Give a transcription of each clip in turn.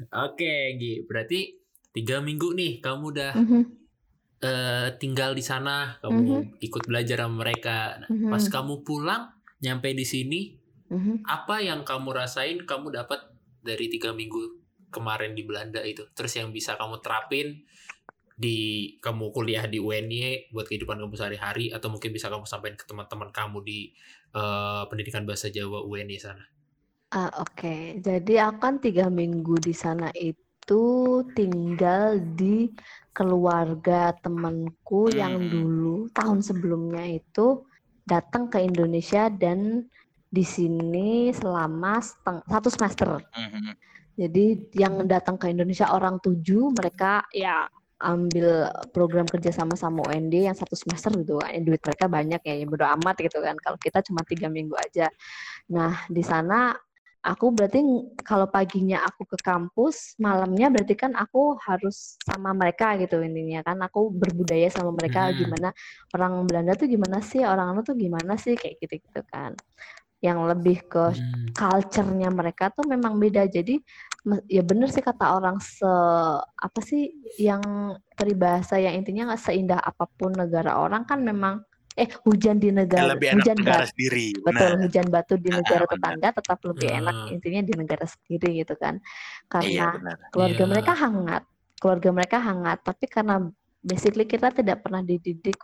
Oke, Gi. Berarti 3 minggu nih kamu udah Mhm, tinggal di sana, mhm, kamu ikut belajar sama mereka. Nah, pas mhm, kamu pulang, nyampe di sini, mhm. apa yang kamu rasain kamu dapat dari 3 minggu kemarin di Belanda itu? Terus yang bisa kamu terapin di kamu kuliah di UNY buat kehidupan kamu sehari-hari atau mungkin bisa kamu sampaikan ke teman-teman kamu di pendidikan bahasa Jawa UNY sana. Oke. Jadi aku kan 3 minggu di sana itu tinggal di keluarga temanku yang Mhm. dulu tahun sebelumnya itu datang ke Indonesia dan di sini selama 1 semester. Mhm. Jadi yang datang ke Indonesia orang 7, mereka ya ambil program kerja sama UND yang 1 semester gitu. Duit mereka banyak ya, bodo amat gitu kan. Kalau kita cuma 3 minggu aja. Nah, di sana aku berarti kalau paginya aku ke kampus, malamnya berarti kan aku harus sama mereka gitu intinya kan. Aku berbudaya sama mereka Mhm. gimana orang Belanda tuh gimana sih, orang anu tuh gimana sih kayak gitu-gitu kan. Yang lebih ke Hmm. culture-nya mereka tuh memang beda. Jadi ya bener sih kata orang apa sih yang peribahasa yang intinya nggak seindah apapun negara orang kan memang hujan di negara Lebih enak hujan negara bat sendiri, betul, benar. hujan batu di negara Benar. tetangga tetap lebih enak Eh, intinya di negara sendiri gitu kan. Iya, Karena benar. keluarga mereka iya. hangat, keluarga mereka hangat, tapi karena basically kita tidak pernah dididik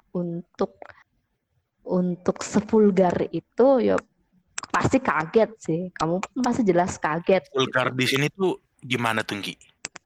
untuk sevulgar itu, ya pasti kaget sih. Kamu pun pasti jelas kaget Vulgar gitu. di sini tuh gimana tuh, Gi?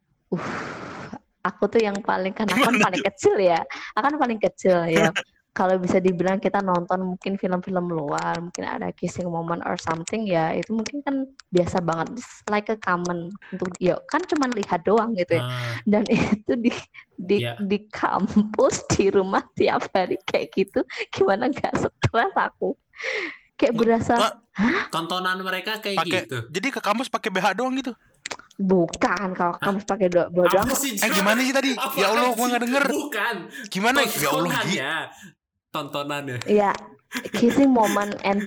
Aku tuh yang paling kan aku kan Gimana paling tuh? kecil ya. Aku kan paling kecil ya. Kalau bisa dibilang kita nonton mungkin film-film luar, mungkin ada kissing moment or something ya, itu mungkin kan biasa banget. It's like a common untuk ya kan cuma lihat doang gitu ya. Ah, Dan itu ya. di kampus di rumah tiap hari kayak gitu, gimana nggak stres aku? Kayak berasa Wah, Tontonan mereka kayak pakai gitu. jadi ke kampus pakai BH doang gitu? bukan kalau Hah? kamu pakai doang. Apa sih, Jo? Gimana sih tadi? Ya Apaan Allah, gua sih? nggak denger. Bukan. Gimana? Ya Allah, Gi. Tontonannya. Tontonannya. Ya, kissing moment and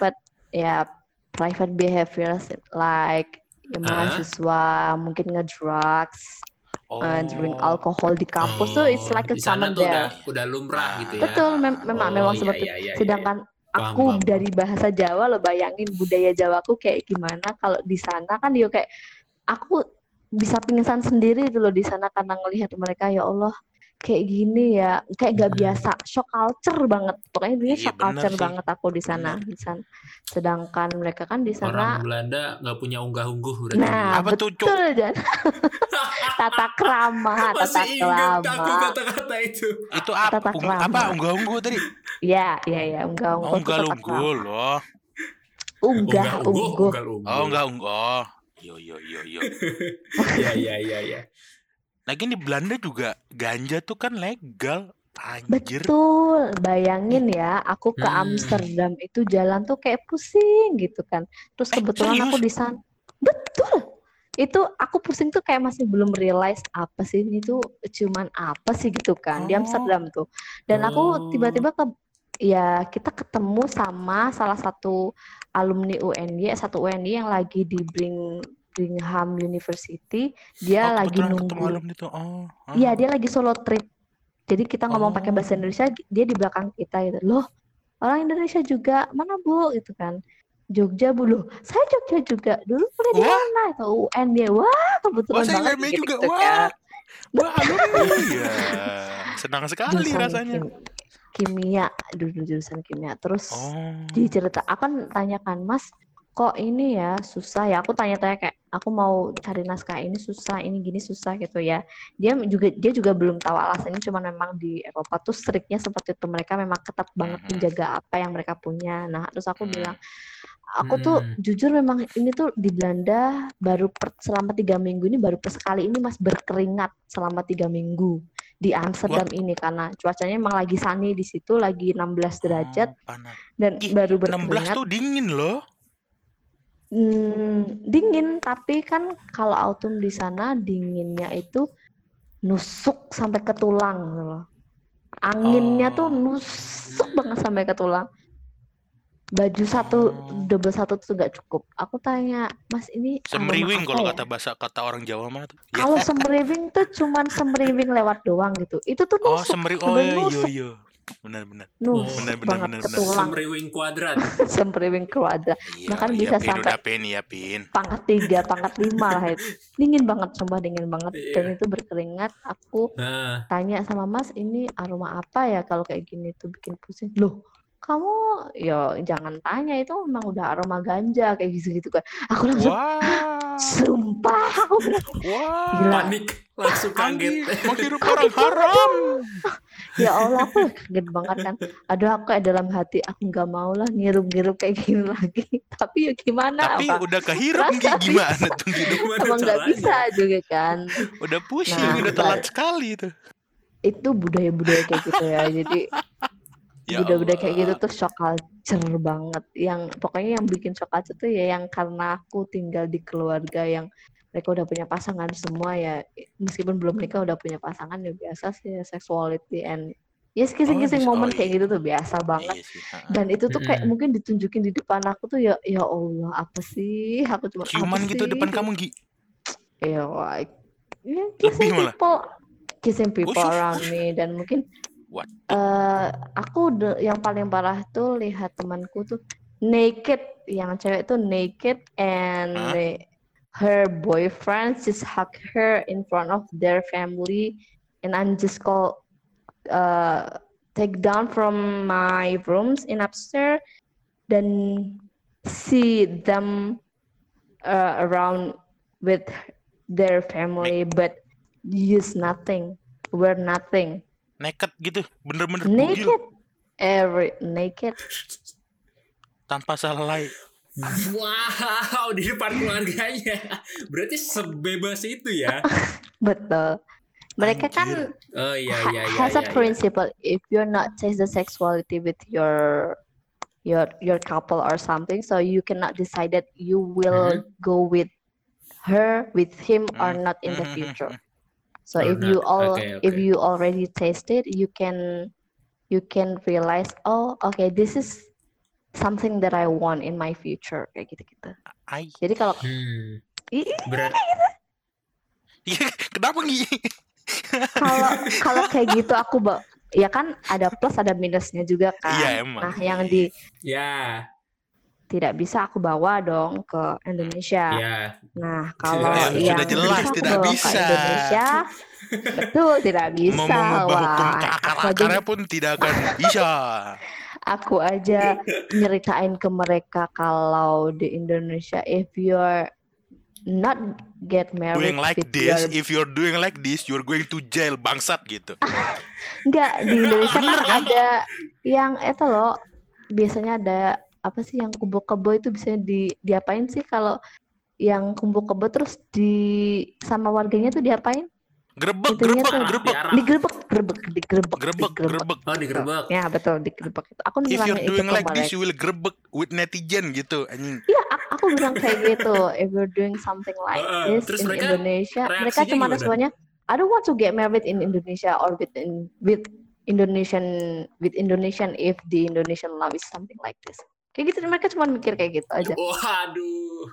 ya private behaviors like ya, Ah? mahasiswa mungkin ngedrugs, drink Oh, alkohol di kampus tuh it's Oh, like a di sana common tuh there. udah lumrah gitu ya. Betul, memang Oh, memang iya seperti iya itu. iya iya iya. Sedangkan Paham aku paham paham. dari bahasa Jawa lo bayangin budaya Jawaku kayak gimana kalau di sana kan dia kayak aku bisa pingsan sendiri itu loh di sana karena ngelihat mereka ya Allah kayak gini ya kayak gak Hmm. biasa shock culture banget pokoknya dia iya shock bener culture sih. banget aku di sana Bener. sedangkan mereka kan di Orang sana Belanda nggak punya unggah-ungguh berarti nah dia. Apa tuh, Cuk? betul dan tata krama Masih tata inget aku krama kata-kata itu. Itu apa? tata Apa? krama Unggah-ungguh tadi? ya enggak Oh, ungguh tuh unggah tata unggul krama loh. unggah Unggah-ungguh, ungguh Oh, unggah-ungguh. enggak unggah. Yo yo yo yo. Ya ya ya ya. Lagi di Belanda juga ganja tuh kan legal. Anjir. Betul, bayangin ya, aku ke Hmm. Amsterdam itu jalan tuh kayak pusing gitu kan. Terus kebetulan aku Serius? di sana, betul. Itu aku pusing tuh kayak masih belum realize apa sih ini tuh cuman apa sih gitu kan di Oh. Amsterdam tuh. Dan aku Oh. tiba-tiba ya kita ketemu sama salah satu alumni UNY, satu UNY yang lagi di Brigham University, dia Oh, lagi kebetulan ketemu nunggu. alumni tuh. Oh. Iya, dia lagi solo trip jadi kita ngomong pakai Oh. bahasa Indonesia, dia di belakang kita gitu. Loh, orang Indonesia juga, mana Bu? Gitu kan. Jogja Bu, loh. Saya Jogja juga. Dulu kuliah di Wah, mana? Itu UN dia. Wah, wah kebetulan saya banget UMY gitu, juga. gitu Wah. kan. Wah, alumni. Wih. Ya, senang sekali Jurusan rasanya. kimia, dulu jurusan kimia. Terus Oh. dicerita, akan tanyakan, Mas, kok ini ya susah ya? Aku tanya-tanya kayak, aku mau cari naskah ini susah, ini gini susah gitu ya. Dia juga belum tahu alasannya, cuma memang di Eropa tuh striknya seperti itu. Mereka memang ketat banget Mhm. menjaga apa yang mereka punya. Nah, terus aku bilang, Hmm. aku tuh Hmm. jujur memang ini tuh di Belanda selama 3 minggu ini baru sekali ini Mas berkeringat selama 3 minggu di Wah. Amsterdam ini karena cuacanya emang lagi sunny di situ lagi 16 derajat Oh, panas. dan Ih, baru 16 berkeringat. tuh dingin loh. Dingin tapi kan kalau autumn di sana dinginnya itu nusuk sampai ke tulang gitu loh. Anginnya tuh Oh. nusuk banget sampai ke tulang. baju satu Oh. double satu tuh nggak cukup. Aku tanya, Mas ini aroma Semriwing apa kalau ya? kata orang Jawa mah tuh. Ya. Kalau semriwing tuh cuman semriwing lewat doang gitu. Itu tuh Oh, nusuk, oh udah iya nusuk, iya. Benar. Oh, banget ke tulang. semriwing kuadrat. Semriwing kuadrat. Iya, Bahkan iya bisa Pin, sampai udah Pin ya Pin. pangkat 3, pangkat 5 lah itu. Dingin banget, sumpah dingin banget. Dan Iya. itu berkeringat. Aku Nah, tanya sama Mas, ini aroma apa ya kalau kayak gini tuh bikin pusing. Loh, kamu ya jangan tanya, itu memang udah aroma ganja kayak gitu-gitu kan. Aku langsung Wah. sumpah, aku bilang, Wah. gila. panik, langsung kaget. Anjing, menghirup orang haram. Ya Allah, aku kaget banget kan. Aduh, aku kayak dalam hati, aku nggak mau lah ngirup-ngirup kayak gini lagi. Tapi ya gimana? Tapi apa? udah kehirup Rasa gimana tuh gitu. Gimana Emang nggak caranya? bisa juga kan. Udah pusing, Nah, udah telat sekali itu. itu budaya-budaya kayak gitu ya. Jadi Ya budaya-budaya kayak gitu Allah. tuh shock culture banget. Yang pokoknya yang bikin shock culture tuh ya yang karena aku tinggal di keluarga yang mereka udah punya pasangan semua ya, meskipun belum nikah udah punya pasangan ya biasa sih ya, sexuality and yes, kissing-kissing Oh moment kayak iya. gitu tuh biasa banget. Iya sih. Dan itu tuh kayak Mm-mm. mungkin ditunjukin di depan aku tuh ya Allah apa sih? Aku cuma apa Ciuman gitu sih? depan kamu Gi. Ya, ya Lebih malah. kissing people Usuh. around me. Dan mungkin What? aku yang paling parah tuh lihat temanku tuh naked, yang cewek tuh naked and Hah? her boyfriend just hug her in front of their family, and I'm just take down from my rooms in upstairs dan see them around with their family but use nothing, wear nothing, Naked gitu, bener-bener bugil naked tanpa selai. Wow, di depan keluarganya. Berarti sebebas itu ya. betul. Mereka Anjir. kan Oh iya. has a principle, if you're not taste the sexuality with your couple or something, so you cannot decide that you will go with her, with him or not in the future. So Or if you not. if Okay. you already tasted, you can realize, oh okay, this is something that I want in my future kayak gitu-gitu. Ai. Jadi kalau Berarti Kenapa Gi? kalau kayak gitu aku ya kan ada plus ada minusnya juga kan. Iya, emang. Nah, yang ya. tidak bisa aku bawa dong ke Indonesia. Ya. Nah, kalau Ya, yang sudah jelas bisa aku tidak bawa ke bisa. Indonesia, betul tidak bisa. Mau mengubah hukum ke Wah, akar-akarnya pun tidak akan bisa. aku aja nyeritain ke mereka kalau di Indonesia, if you're not get married Doing like with this, your if you're doing like this, you're going to jail, bangsat gitu. enggak, di Indonesia kan Bener kan? ada yang itu loh, biasanya ada apa sih yang kumpul kebo itu biasanya diapain sih kalau yang kumpul kebo terus sama warganya tuh diapain? Grebek. Digerebek. Oh, digerebek. Ya betul, digerebek itu. Aku If you're bilangnya itu doing ke like this, mereka. you will grebek with netizen gitu, anjing. Iya, aku bilang kayak gitu. If you're doing something like this Terus in mereka Indonesia, mereka reaksinya cuma gimana? responnya, I don't want to get married in Indonesia or with Indonesian if the Indonesian love is something like this. Kayak gitu, mereka cuma mikir kayak gitu aja. Waduh.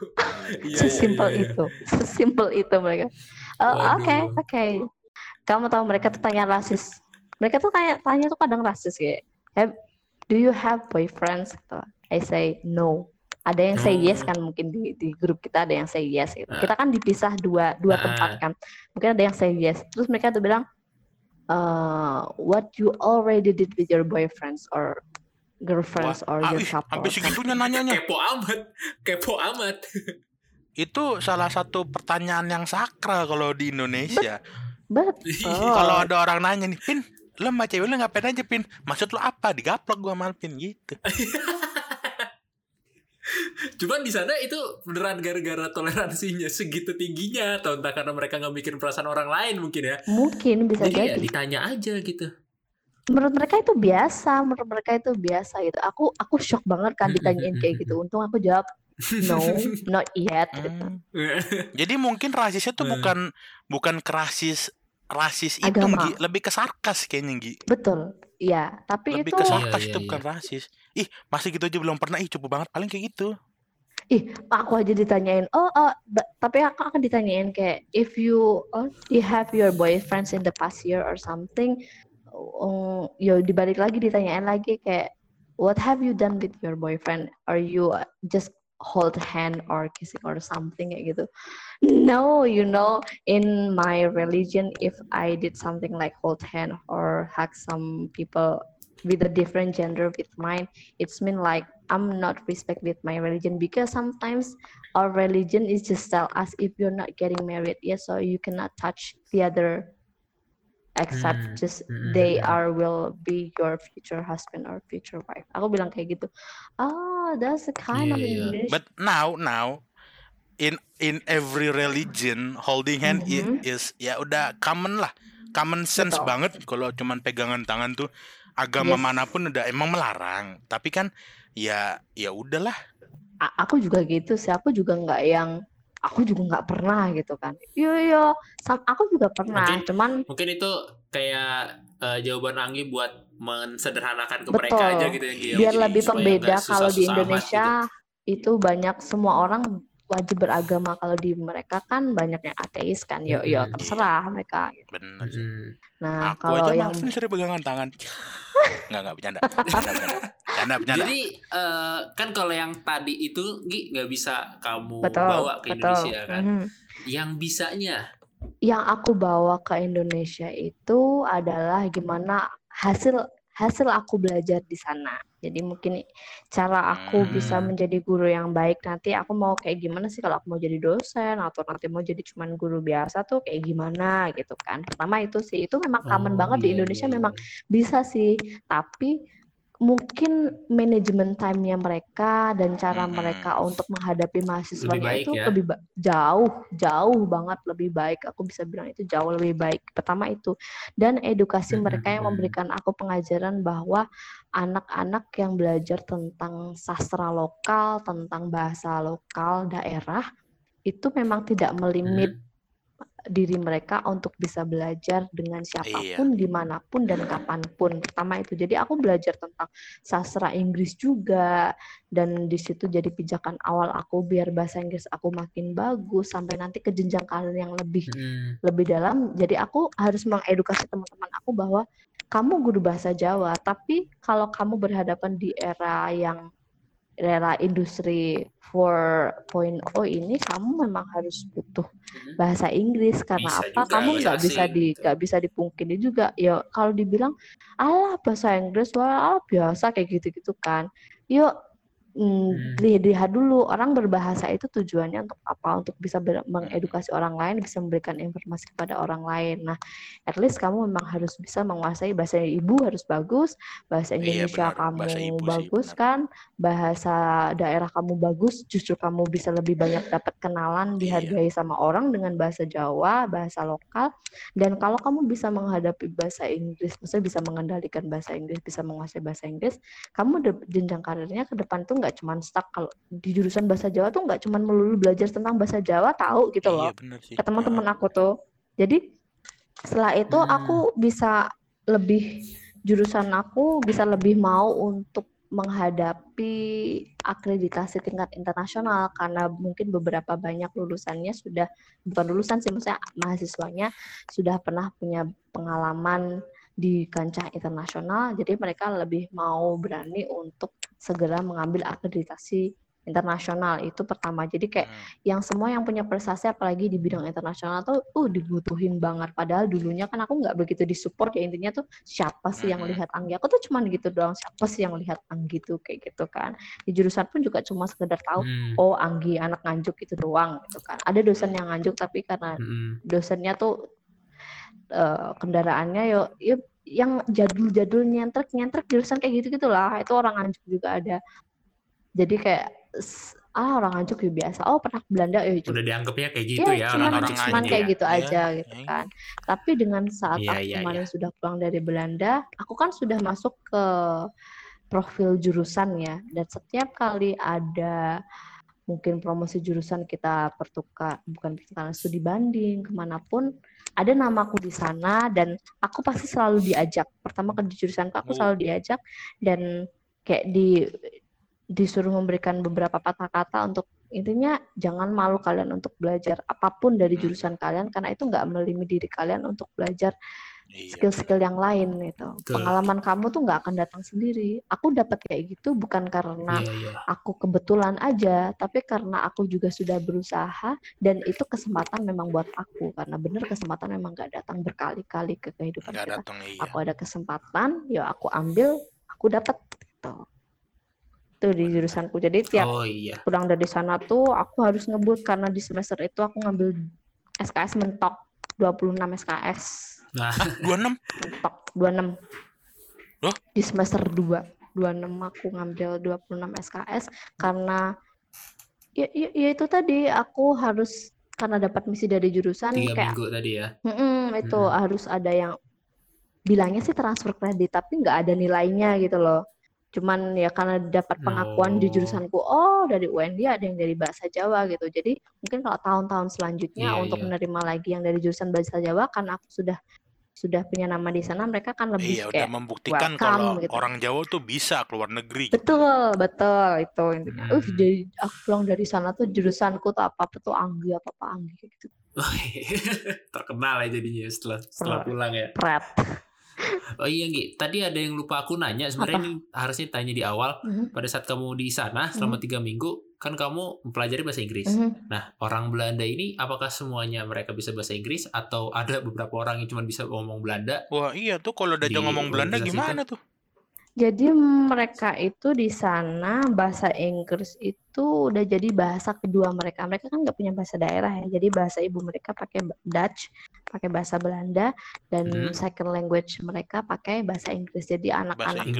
Sesimpel itu mereka. Oke. Kamu tahu mereka tuh tanya rasis. Mereka tuh tanya tuh kadang rasis kayak, do you have boyfriends? Gitu. I say no. Ada yang say yes kan, mungkin di grup kita ada yang say yes gitu. Kita kan dipisah dua tempat kan. Mungkin ada yang say yes. Terus mereka tuh bilang, what you already did with your boyfriends or girlfriends or your couple. Sampai segitunya nanyanya. Kepo amat. Itu salah satu pertanyaan yang sakral kalau di Indonesia. Betul. Kalau ada orang nanya nih, Pin, lo sama cewek lo ngapain aja, Pin? Maksud lo apa? Digaplok gua sama Pin gitu. Cuman di sana itu beneran gara-gara toleransinya segitu tingginya, atau entah karena mereka nggak mikirin perasaan orang lain mungkin ya. Mungkin bisa jadi. Ya ditanya aja gitu. Menurut mereka itu biasa gitu. Aku shock banget kan ditanyain kayak gitu. Untung aku jawab no, not yet. Gitu. Jadi mungkin rasisnya tuh bukan ke rasis itu, Gi. Lebih ke sarkas kayaknya, Gi. Betul. Iya, tapi lebih itu ke sarkas itu bukan rasis. ih masih gitu aja belum pernah, ih cupu banget, paling kayak gitu. Ih, aku aja ditanyain. Tapi aku akan ditanyain kayak if you have your boyfriends in the past year or something. Dibalik lagi ditanyain lagi kayak what have you done with your boyfriend? Are you just hold hand or kissing or something kayak gitu? No, in my religion, if I did something like hold hand or hug some people with a different gender with mine, it's mean like I'm not respect with my religion, because sometimes our religion is just tell us if you're not getting married yet, so you cannot touch the other except just they will be your future husband or future wife. Aku bilang kayak gitu. That's the kind of Iya. English. But now in every religion holding hand is ya udah common lah, common sense Betul. banget. Kalau cuman pegangan tangan tuh agama Yes. manapun udah emang melarang, tapi kan ya udahlah. Aku juga gitu sih. Aku juga nggak pernah gitu kan. Aku juga pernah. Mungkin itu kayak jawaban Anggi buat mensederhanakan ke Betul. mereka aja gitu ya, Gi. Biar Jadi lebih supaya pembeda. nggak Kalau di susah-susah amat Indonesia gitu. itu banyak semua orang wajib beragama. Kalau di mereka kan banyak yang ateis kan. Terserah mereka. Bener sih. Nah, Aku kalau aja yang maafin sering pegangan tangan. Nggak bercanda. Jadi kan kalau yang tadi itu Gi nggak bisa kamu Betul, bawa ke betul. Indonesia kan. Yang bisanya yang aku bawa ke Indonesia itu adalah gimana hasil aku belajar di sana. Jadi mungkin cara aku bisa menjadi guru yang baik nanti, aku mau kayak gimana sih kalau aku mau jadi dosen atau nanti mau jadi cuman guru biasa tuh kayak gimana gitu kan. Pertama itu sih, itu memang common banget di Indonesia, memang bisa sih, tapi mungkin manajemen time-nya mereka dan cara mereka untuk menghadapi mahasiswanya baik itu ya. lebih jauh banget lebih baik. Aku bisa bilang itu jauh lebih baik. Pertama itu, dan edukasi mereka yang memberikan aku pengajaran bahwa anak-anak yang belajar tentang sastra lokal, tentang bahasa lokal daerah, itu memang tidak melimit diri mereka untuk bisa belajar dengan siapapun, dimanapun dan kapanpun. Pertama itu. Jadi aku belajar tentang sastra Inggris juga, dan di situ jadi pijakan awal aku biar bahasa Inggris aku makin bagus sampai nanti ke jenjang karir yang lebih dalam. Jadi aku harus mengedukasi teman-teman aku bahwa kamu guru bahasa Jawa, tapi kalau kamu berhadapan di era industri 4.0 ini, kamu memang harus butuh bahasa Inggris. Karena Bisa apa? juga Kamu bahasa nggak bisa dipungkiri juga. Ya kalau dibilang bahasa Inggris biasa kayak gitu-gitu kan. Yuk lihat dulu orang berbahasa itu tujuannya untuk apa? Untuk bisa mengedukasi orang lain, bisa memberikan informasi kepada orang lain. Nah, at least kamu memang harus bisa menguasai bahasa ibu, harus bagus, bahasa Indonesia kamu bahasa ibu bagus sih, kan, bahasa daerah kamu bagus, justru kamu bisa lebih banyak dapat kenalan, dihargai sama orang dengan bahasa Jawa, bahasa lokal. Dan kalau kamu bisa menghadapi bahasa Inggris, maksudnya bisa mengendalikan bahasa Inggris, bisa menguasai bahasa Inggris, kamu jenjang karirnya ke depan tuh nggak cuma stuck. Kalau di jurusan bahasa Jawa tuh nggak cuma melulu belajar tentang bahasa Jawa, tahu gitu loh. Ke teman-teman aku tuh. Jadi setelah itu aku bisa jurusan aku bisa lebih mau untuk menghadapi akreditasi tingkat internasional, karena mungkin beberapa banyak lulusannya bukan lulusan sih, maksudnya mahasiswanya sudah pernah punya pengalaman di kancah internasional, jadi mereka lebih mau berani untuk segera mengambil akreditasi internasional. Itu pertama. Jadi kayak yang semua yang punya prestasi apalagi di bidang internasional tuh dibutuhin banget. Padahal dulunya kan aku nggak begitu disupport ya, intinya tuh siapa sih yang lihat Anggi? Aku tuh cuman gitu doang, siapa sih yang lihat Anggi tuh kayak gitu kan. Di jurusan pun juga cuma sekedar tahu Anggi anak Nganjuk itu doang gitu kan. Ada dosen yang Nganjuk tapi karena dosennya tuh kendaraannya yang jadul nyentrek jurusan kayak gitu-gitulah, itu orang Nganjuk juga ada. Jadi kayak orang Nganjuk ya biasa, pernah ke Belanda udah dianggapnya kayak gitu ya, cuman kayak gitu aja gitu kan. Tapi dengan saat aku Iya. kemarin sudah pulang dari Belanda, aku kan sudah masuk ke profil jurusan ya, dan setiap kali ada mungkin promosi jurusan kita bukan pertukaran studi banding kemanapun, ada namaku di sana dan aku pasti selalu diajak. Pertama ke jurusan aku selalu diajak, dan kayak disuruh memberikan beberapa patah kata untuk intinya jangan malu kalian untuk belajar apapun dari jurusan kalian karena itu nggak melindungi diri kalian untuk belajar skill-skill yang lain gitu. Pengalaman kamu tuh nggak akan datang sendiri. Aku dapat kayak gitu bukan karena aku kebetulan aja, tapi karena aku juga sudah berusaha dan itu kesempatan memang buat aku karena bener kesempatan memang nggak datang berkali-kali ke kehidupan kita. Aku ada kesempatan, ya aku ambil, aku dapat gitu. Itu di jurusanku. Jadi tiap pulang dari sana tuh aku harus ngebut karena di semester itu aku ngambil SKS mentok 26 SKS. Nah, 26? Mentok 26. Loh? Di semester 2. 26 aku ngambil 26 SKS karena ya itu tadi aku harus karena dapat misi dari jurusan 3 kayak minggu tadi ya. Itu harus ada yang bilangnya sih transfer kredit tapi nggak ada nilainya gitu loh. Cuman ya karena dapat pengakuan di jurusanku, dari UND ada yang dari bahasa Jawa gitu. Jadi mungkin kalau tahun-tahun selanjutnya untuk menerima lagi yang dari jurusan bahasa Jawa, karena aku sudah punya nama di sana, mereka kan lebih udah kayak membuktikan welcome, kalau gitu. orang Jawa tuh bisa keluar negeri. Betul itu intinya. Jadi aku pulang dari sana tuh jurusanku tuh apa tuh Anggi gitu. Terkenal ya jadinya setelah pulang ya. Pret. Oh iya Gi, tadi ada yang lupa aku nanya. Sebenarnya ini harusnya tanya di awal. Pada saat kamu di sana selama 3 minggu, kan kamu mempelajari bahasa Inggris. Nah, orang Belanda ini apakah semuanya mereka bisa bahasa Inggris atau ada beberapa orang yang cuma bisa ngomong Belanda? Wah iya tuh kalau diajak ngomong Belanda gimana tuh? Jadi mereka itu di sana bahasa Inggris itu udah jadi bahasa kedua mereka. Mereka kan nggak punya bahasa daerah ya. Jadi bahasa ibu mereka pakai Dutch, pakai bahasa Belanda, dan second language mereka pakai bahasa Inggris. Jadi anak-anak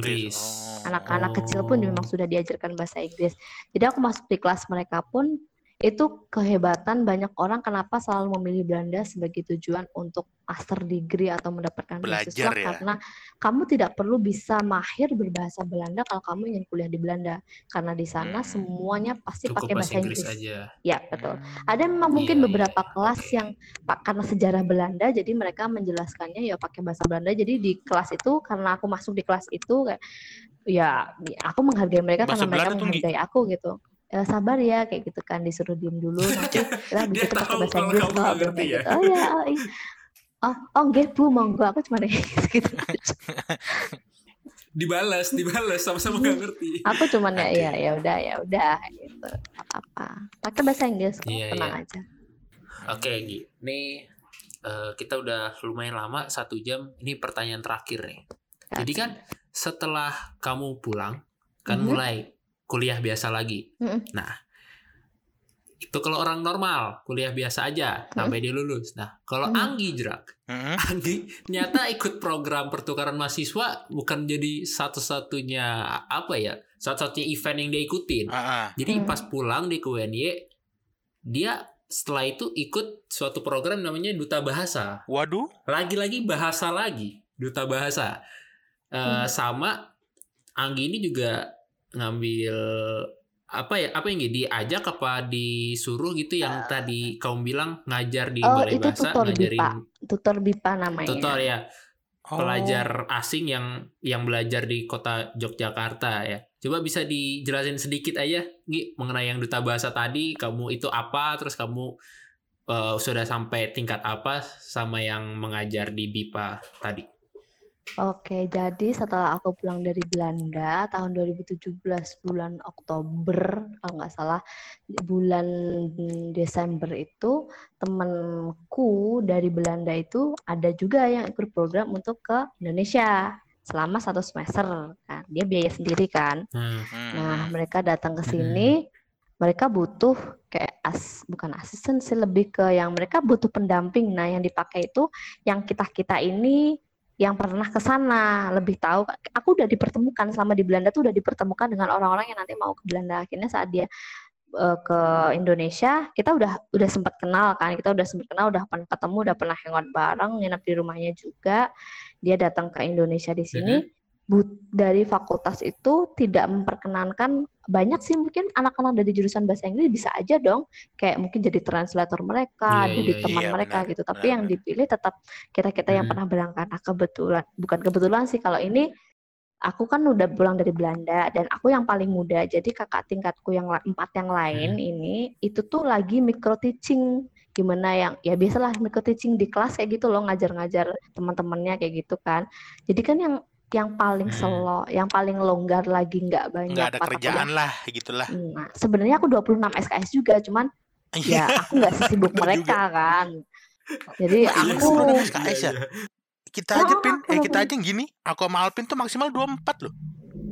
kecil pun memang sudah diajarkan bahasa Inggris. Jadi aku masuk di kelas mereka pun itu kehebatan banyak orang kenapa selalu memilih Belanda sebagai tujuan untuk master degree atau mendapatkan beasiswa karena kamu tidak perlu bisa mahir berbahasa Belanda kalau kamu ingin kuliah di Belanda karena di sana semuanya pasti pakai bahasa Inggris aja. Ya betul. Ada memang mungkin beberapa kelas yang karena sejarah Belanda jadi mereka menjelaskannya ya pakai bahasa Belanda. Jadi di kelas itu karena aku masuk di kelas itu kayak ya aku menghargai mereka bahasa karena mereka Belanda menghargai aku gitu. Sabar ya kayak gitu kan disuruh diem dulu nanti kita bisa pakai bahasa Inggris kalau belum kayak gitu. Nggih Bu monggo aku cuma gitu. dibalas sama-sama nggak ngerti. Aku cuman ya udah gitu apa pakai bahasa Inggris tenang aja. Oke Gi, nih kita udah lumayan lama 1 jam. Ini pertanyaan terakhir nih. Jadi kan setelah kamu pulang kan mulai kuliah biasa lagi. Nah, itu kalau orang normal kuliah biasa aja sampai dia lulus. Nah, kalau Anggi Anggi nyata ikut program pertukaran mahasiswa bukan jadi satu-satunya event yang dia ikutin. Jadi pas pulang di UNY dia setelah itu ikut suatu program namanya Duta Bahasa. Waduh. Lagi-lagi bahasa lagi, Duta Bahasa. Sama Anggi ini juga ngambil apa yang diajak apa disuruh gitu yang tadi kamu bilang ngajar di balai bahasa, ngajarin tutor BIPA namanya. Tutor ya. Pelajar asing yang belajar di kota Yogyakarta ya. Coba bisa dijelasin sedikit aja Gi mengenai yang Duta Bahasa tadi, kamu itu apa, terus kamu sudah sampai tingkat apa sama yang mengajar di BIPA tadi. Oke, jadi setelah aku pulang dari Belanda tahun 2017 bulan Oktober, kalau nggak salah bulan Desember itu temanku dari Belanda itu ada juga yang ikut program untuk ke Indonesia selama 1 semester. Kan dia biaya sendiri kan. Nah mereka datang ke sini, mereka butuh kayak bukan asisten sih, lebih ke yang mereka butuh pendamping. Nah yang dipakai itu yang kita ini yang pernah ke sana lebih tahu. Aku udah dipertemukan selama di Belanda tuh udah dipertemukan dengan orang-orang yang nanti mau ke Belanda. Akhirnya saat dia ke Indonesia, kita udah sempat kenal kan. Kita udah sempat kenal, udah pernah ketemu, udah pernah hangout bareng, nginep di rumahnya juga. Dia datang ke Indonesia di sini. Dari fakultas itu tidak memperkenankan, banyak sih mungkin anak-anak dari jurusan bahasa Inggris bisa aja dong kayak mungkin jadi translator mereka, jadi teman mereka gitu. Tapi yang dipilih tetap kita yang pernah berangkat. Bukan kebetulan sih kalau ini aku kan udah pulang dari Belanda dan aku yang paling muda. Jadi kakak tingkatku yang 4 yang lain ini itu tuh lagi micro teaching, gimana yang ya biasalah micro teaching di kelas kayak gitu loh, ngajar-ngajar teman-temannya kayak gitu kan. Jadi kan yang paling slow, yang paling longgar lagi nggak banyak Nggak ada mata kerjaan kuliah. lah gitulah. Nah, sebenarnya aku 26 SKS juga, cuman ya aku nggak sesibuk Bener mereka juga. kan. Jadi Iya, aku 26 SKS ya. Kita aja aku yang gini, aku sama Alpin tuh maksimal 24 loh.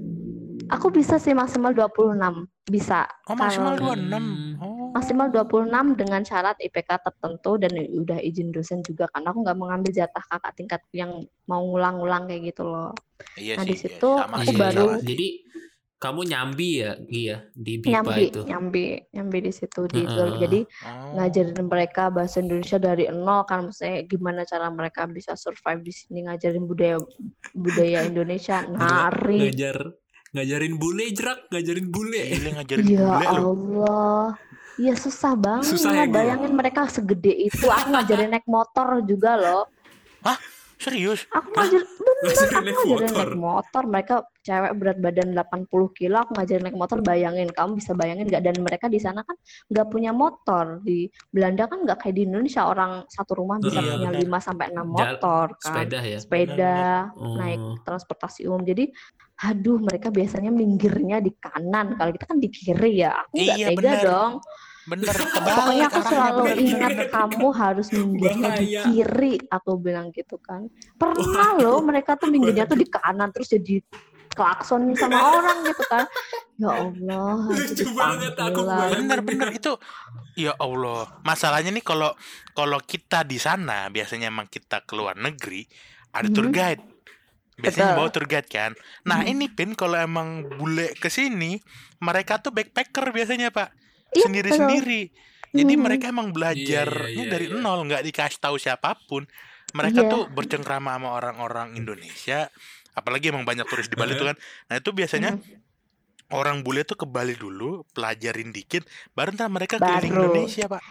Aku bisa sih maksimal 26. Bisa. Oh, maksimal Kalau 26. Oh. maksimal 26 dengan syarat IPK tertentu dan udah izin dosen juga kan. Aku nggak mengambil jatah kakak tingkat yang mau ngulang-ngulang kayak gitu loh. Iya Nah, sih, di situ sama aku sih, baru sama sih. Jadi kamu nyambi ya, Gia, di BIPA itu. nyambi di situ di Heeh. jadi Oh. ngajarin mereka bahasa Indonesia dari nol kan, maksudnya gimana cara mereka bisa survive di sini, ngajarin budaya Indonesia, nari. Ngajarin bule jerak, ngajarin bule. Gila, ngajarin Ya bule loh. Allah. Iya susah banget. Susah ya, Gia? Bayangin mereka segede itu. Aku ngajarin naik motor juga loh. Hah? Serius? Aku ngajarin naik naik motor. Mereka cewek berat badan 80 kilo. Aku ngajarin naik motor. Bayangin, kamu bisa bayangin nggak? Dan mereka di sana kan nggak punya motor. Di Belanda kan nggak kayak di Indonesia, orang satu rumah bisa Iya, punya benar. 5-6 motor kan. Sepeda ya? Sepeda, Benar. naik transportasi umum. Jadi aduh, mereka biasanya minggirnya di kanan. Kalau kita kan di kiri ya. Aku nggak Iya, tega benar. dong. Bener, Pokoknya aku arahnya, selalu bener. ingat kamu harus minggirnya di Bahaya. kiri. Aku bilang gitu kan. Pernah loh mereka tuh minggirnya tuh di kanan terus jadi klakson sama orang gitu kan. Ya Allah, Lucu banget, aku bayangin. Bener itu. Ya Allah, masalahnya nih kalau kita di sana biasanya emang kita keluar negeri ada tour guide. Biasanya Betul. bawa tour guide kan. Nah, ini Pin kalau emang bule ke sini, mereka tuh backpacker biasanya, Pak. Iya, Sendiri-sendiri. Jadi Mhm. mereka emang belajarnya Iya, dari iya. nol, nggak dikasih tahu siapapun. Mereka Iya. tuh bercengkrama sama orang-orang Indonesia, apalagi emang banyak turis di Bali tuh kan. Nah, itu biasanya orang bule tuh ke Bali dulu, pelajarin dikit, baru ntar mereka keliling Indonesia, Pak.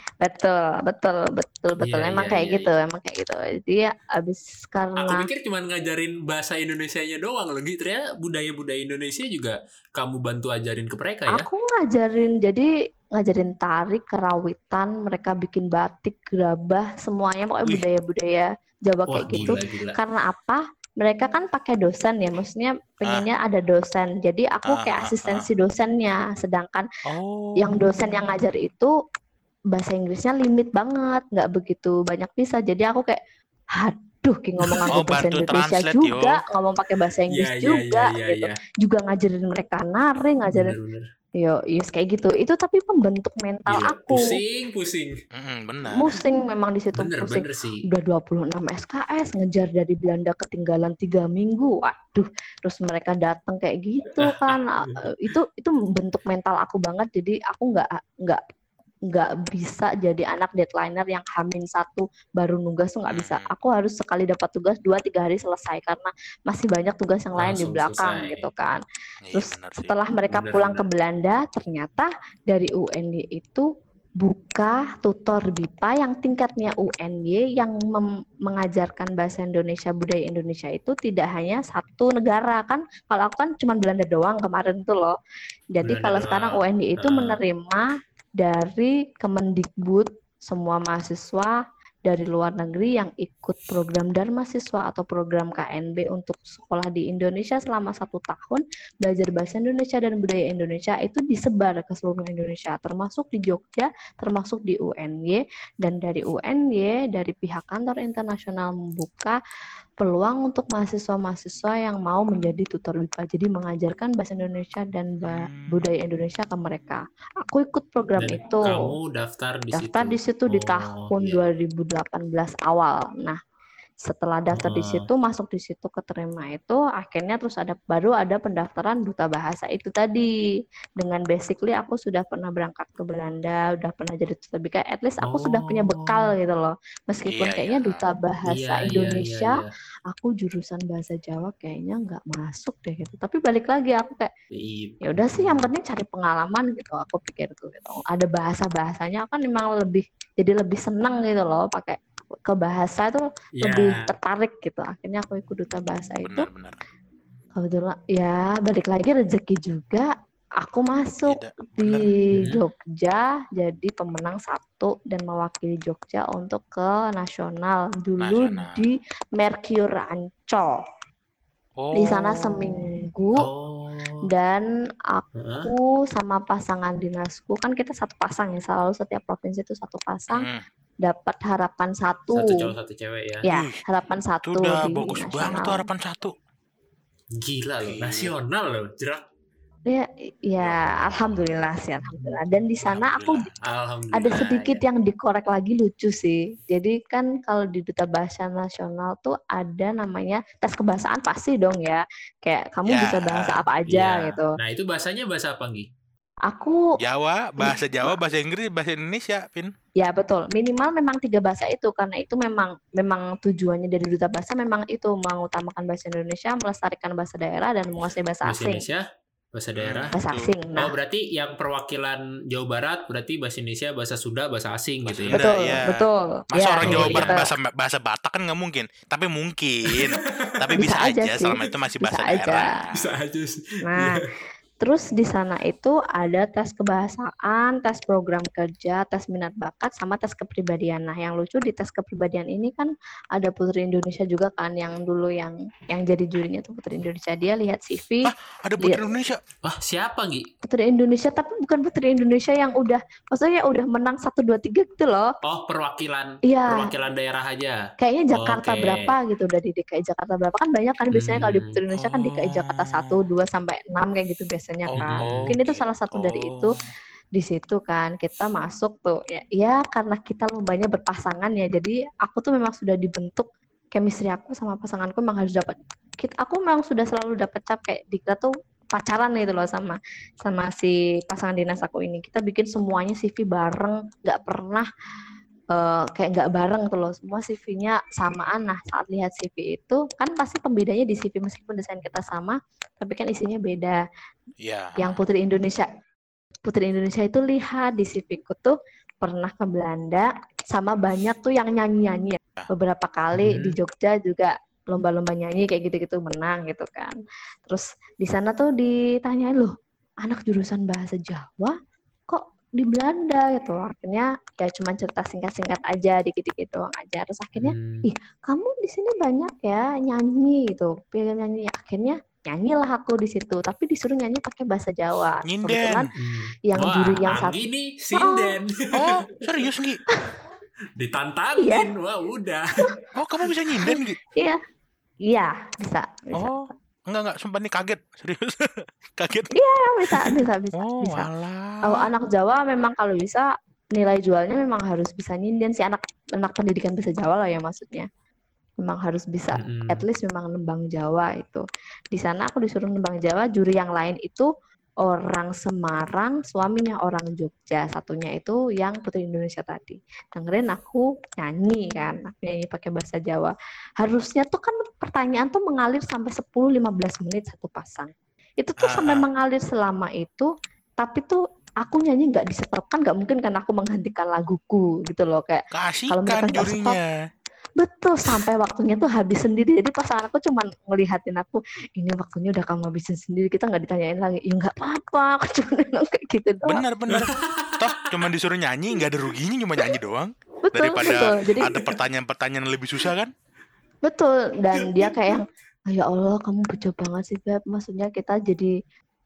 Betul. Iya, Emang iya, kayak iya, gitu, emang kayak gitu. Jadi ya abis Aku karena pikir cuma ngajarin bahasa Indonesianya doang loh, gitu. Ternyata budaya-budaya Indonesia juga kamu bantu ajarin ke mereka ya? aku ngajarin tari, kerawitan, mereka bikin batik, gerabah, semuanya pokoknya Wih. budaya-budaya Jawa Wah, kayak gitu. gila. Karena apa? Mereka kan pakai dosen ya, maksudnya pengennya ada dosen. Jadi aku kayak asistensi dosennya, sedangkan yang dosen yang ngajar itu bahasa Inggrisnya limit banget, nggak begitu banyak bisa. Jadi aku kayak, aduh, ngomong sama bahasa bantu Indonesia translate, juga, ngomong pakai bahasa Inggris juga, gitu. Juga ngajarin mereka nari, ngajarin. Bener. Yo, yes kayak gitu. Itu tapi membentuk mental Gila, aku. pusing. Benar. Pusing memang di situ pusing. Bener sih. Udah 26 SKS ngejar dari Belanda ketinggalan 3 minggu. Waduh, terus mereka datang kayak gitu kan. Itu membentuk mental aku banget. Jadi aku nggak bisa jadi anak deadlineer yang H-1 baru nugas tuh nggak bisa. Aku harus sekali dapat tugas 2-3 hari selesai karena masih banyak tugas yang lain di belakang gitu kan. Terus setelah mereka pulang ke Belanda, ternyata dari UNY itu buka tutor BIPA yang tingkatnya UNY yang mengajarkan bahasa Indonesia, budaya Indonesia itu tidak hanya satu negara kan. Kalau aku kan cuma Belanda doang kemarin tuh loh. Jadi kalau sekarang UNY itu menerima dari Kemendikbud semua mahasiswa dari luar negeri yang ikut program Dharma Siswa atau program KNB untuk sekolah di Indonesia selama 1 tahun, belajar bahasa Indonesia dan budaya Indonesia itu disebar ke seluruh Indonesia, termasuk di Jogja, termasuk di UNY, dan dari UNY, dari pihak kantor internasional membuka peluang untuk mahasiswa-mahasiswa yang mau menjadi tutor BIPA, jadi mengajarkan bahasa Indonesia dan budaya Indonesia ke mereka. Aku ikut program Dan itu. Kamu daftar di situ di tahun 2018 awal. Nah, setelah daftar di situ, masuk di situ, keterima itu, akhirnya terus baru ada pendaftaran duta bahasa itu tadi. Dengan basically aku sudah pernah berangkat ke Belanda, udah pernah jadi duta BIPA, at least aku sudah punya bekal gitu loh. Meskipun kayaknya duta bahasa Indonesia, aku jurusan bahasa Jawa kayaknya nggak masuk deh gitu. Tapi balik lagi aku kayak, ya udah sih, yang penting cari pengalaman gitu. Aku pikir tuh gitu. Ada bahasanya kan memang jadi lebih seneng gitu loh pakai ke bahasa itu lebih tertarik gitu. Akhirnya aku ikut duta bahasa itu. Benar. kebetulan ya balik lagi rezeki juga. Aku masuk Tidak, di bener. Jogja jadi pemenang satu dan mewakili Jogja untuk ke nasional dulu Nasional. di Mercure Ancol. Di sana Oh. seminggu Oh. dan Hah? aku sama pasangan dinasku kan kita satu pasang ya, selalu setiap provinsi itu satu pasang Mm. dapat harapan Satu satu. cowok satu cewek ya. Ya, Wih, harapan itu satu udah di bagus banget tuh nasional. harapan satu. Gila loh, Gila. nasional loh, jerak. Ya, ya alhamdulillah sih, alhamdulillah. Dan di sana aku Alhamdulillah. ada sedikit yang dikorek lagi lucu sih. Jadi kan kalau di Duta Bahasa Nasional tuh ada namanya tes kebahasaan pasti dong ya. Kayak kamu Ya. bisa bahasa apa aja Iya. gitu. Nah, itu bahasanya bahasa apa, Nggi? Aku Jawa, bahasa Inggris, bahasa Indonesia, Pin. ya betul. Minimal memang 3 bahasa itu karena itu memang tujuannya dari Duta Bahasa memang itu mengutamakan bahasa Indonesia, melestarikan bahasa daerah dan menguasai bahasa Bahasa asing. Indonesia, bahasa daerah. Bahasa Betul. asing. Nah, Oh, berarti yang perwakilan Jawa Barat berarti bahasa Indonesia, bahasa Sunda, bahasa asing Bahasa gitu ya. Sunda. betul, ya. betul. Masa Ya, orang kayak Jawa gitu. Barat bahasa Batak kan nggak mungkin. Tapi mungkin. Tapi Bisa bisa aja aja sih. selama itu masih Bisa bahasa aja. daerah. Bisa aja sih. Nah, terus di sana itu ada tes kebahasaan, tes program kerja, tes minat bakat, sama tes kepribadian. Nah, yang lucu di tes kepribadian ini kan ada Putri Indonesia juga kan yang dulu yang jadi jurinya tuh Putri Indonesia. Dia lihat CV, Ada Putri Indonesia. Wah, siapa, Nggi? Putri Indonesia tapi bukan Putri Indonesia yang udah maksudnya udah menang 1 2 3 gitu loh. Oh, perwakilan Iya. perwakilan daerah aja. Kayaknya Jakarta Oke. berapa gitu, udah di DKI Jakarta berapa kan banyak kan biasanya kalau di Putri Indonesia kan DKI Jakarta 1 2 sampai 6 kayak gitu biasanya kan. Mungkin itu salah satu dari itu. Di situ kan kita masuk tuh ya karena kita lombanya berpasangan ya. Jadi aku tuh memang sudah dibentuk chemistry aku sama pasanganku memang harus dapat. Aku memang sudah selalu dapat cap kayak dikira tuh pacaran gitu loh sama si pasangan dinas aku ini. Kita bikin semuanya CV bareng, nggak pernah kayak nggak bareng tuh loh, semua CV-nya samaan. Nah, saat lihat CV itu kan pasti pembedanya di CV meskipun desain kita sama, tapi kan isinya beda. Iya. Yang Putri Indonesia itu lihat di CV-ku tuh pernah ke Belanda sama banyak tuh yang nyanyi-nyanyi. Beberapa kali di Jogja juga lomba-lomba nyanyi kayak gitu-gitu menang gitu kan. Terus di sana tuh ditanyain loh, anak jurusan bahasa Jawa kok di Belanda gitu. Akhirnya ya cuma cerita singkat-singkat aja, dikit-dikit doang aja. Terus akhirnya, ih kamu di sini banyak ya nyanyi gitu, pilih nyanyi. Akhirnya nyanyilah aku di situ, tapi disuruh nyanyi pakai bahasa Jawa. Nyinden. Kebetulan yang juri yang satu ini sinden. Oh, serius Nggi? Ditantangin, wah udah. Oh, kamu bisa nyinden Nggi? Iya, bisa. Oh, enggak, sumpah nih kaget, serius. Kaget. Iya, bisa. Oh, bisa. alah. Kalau anak Jawa memang kalau bisa nilai jualnya memang harus bisa nyinden si anak pendidikan bahasa Jawa lah ya maksudnya. Memang harus bisa at least memang nembang Jawa itu. Di sana aku disuruh nembang Jawa, juri yang lain itu orang Semarang, suaminya orang Jogja, satunya itu yang Putri Indonesia tadi. Dengerin aku nyanyi kan, aku nyanyi pakai bahasa Jawa. Harusnya tuh kan pertanyaan tuh mengalir sampai 10-15 menit satu pasang. Itu tuh sampai mengalir selama itu, tapi tuh aku nyanyi nggak di-stop, kan nggak mungkin kan aku menghentikan laguku gitu loh, kayak kalau mereka nggak stop. Betul, sampai waktunya tuh habis sendiri. Jadi pasangan aku cuma ngelihatin aku, ini waktunya udah kamu habisin sendiri, kita nggak ditanyain lagi. Ya nggak apa-apa, aku cuma bilang kayak gitu doang. Bener. Toh cuma disuruh nyanyi, nggak ada ruginya cuma nyanyi doang. Betul. Jadi ada pertanyaan-pertanyaan lebih susah kan? Betul, dan dia kayak, oh, ya Allah kamu bejo banget sih Beb. Maksudnya kita jadi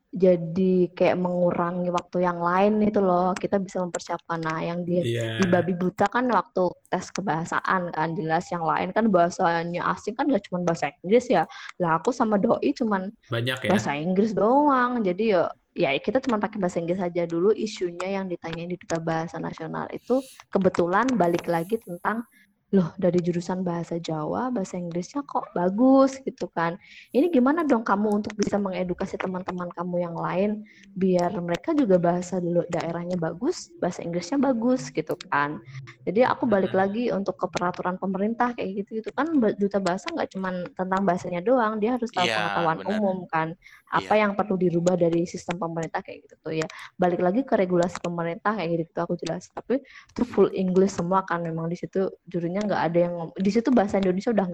kayak mengurangi waktu yang lain itu loh, kita bisa mempersiapkan. Nah yang di babi buta kan waktu tes kebahasaan kan jelas, yang lain kan bahasanya asing kan gak cuma bahasa Inggris ya, lah aku sama doi cuman banyak ya bahasa Inggris doang, jadi ya kita cuma pakai bahasa Inggris aja dulu. Isunya yang ditanyain di Duta Bahasa Nasional itu kebetulan balik lagi tentang loh dari jurusan bahasa Jawa, bahasa Inggrisnya kok bagus gitu kan. Ini gimana dong kamu untuk bisa mengedukasi teman-teman kamu yang lain biar mereka juga bahasa daerahnya bagus, bahasa Inggrisnya bagus gitu kan. Jadi aku balik lagi untuk ke peraturan pemerintah kayak gitu kan. Duta Bahasa nggak cuma tentang bahasanya doang, dia harus tahu pengetahuan umum kan. Apa yang perlu dirubah dari sistem pemerintah kayak gitu tuh ya. Balik lagi ke regulasi pemerintah kayak gitu aku jelas. Tapi itu full English semua kan, memang di situ jurinya nggak ada yang di situ bahasa Indonesia udah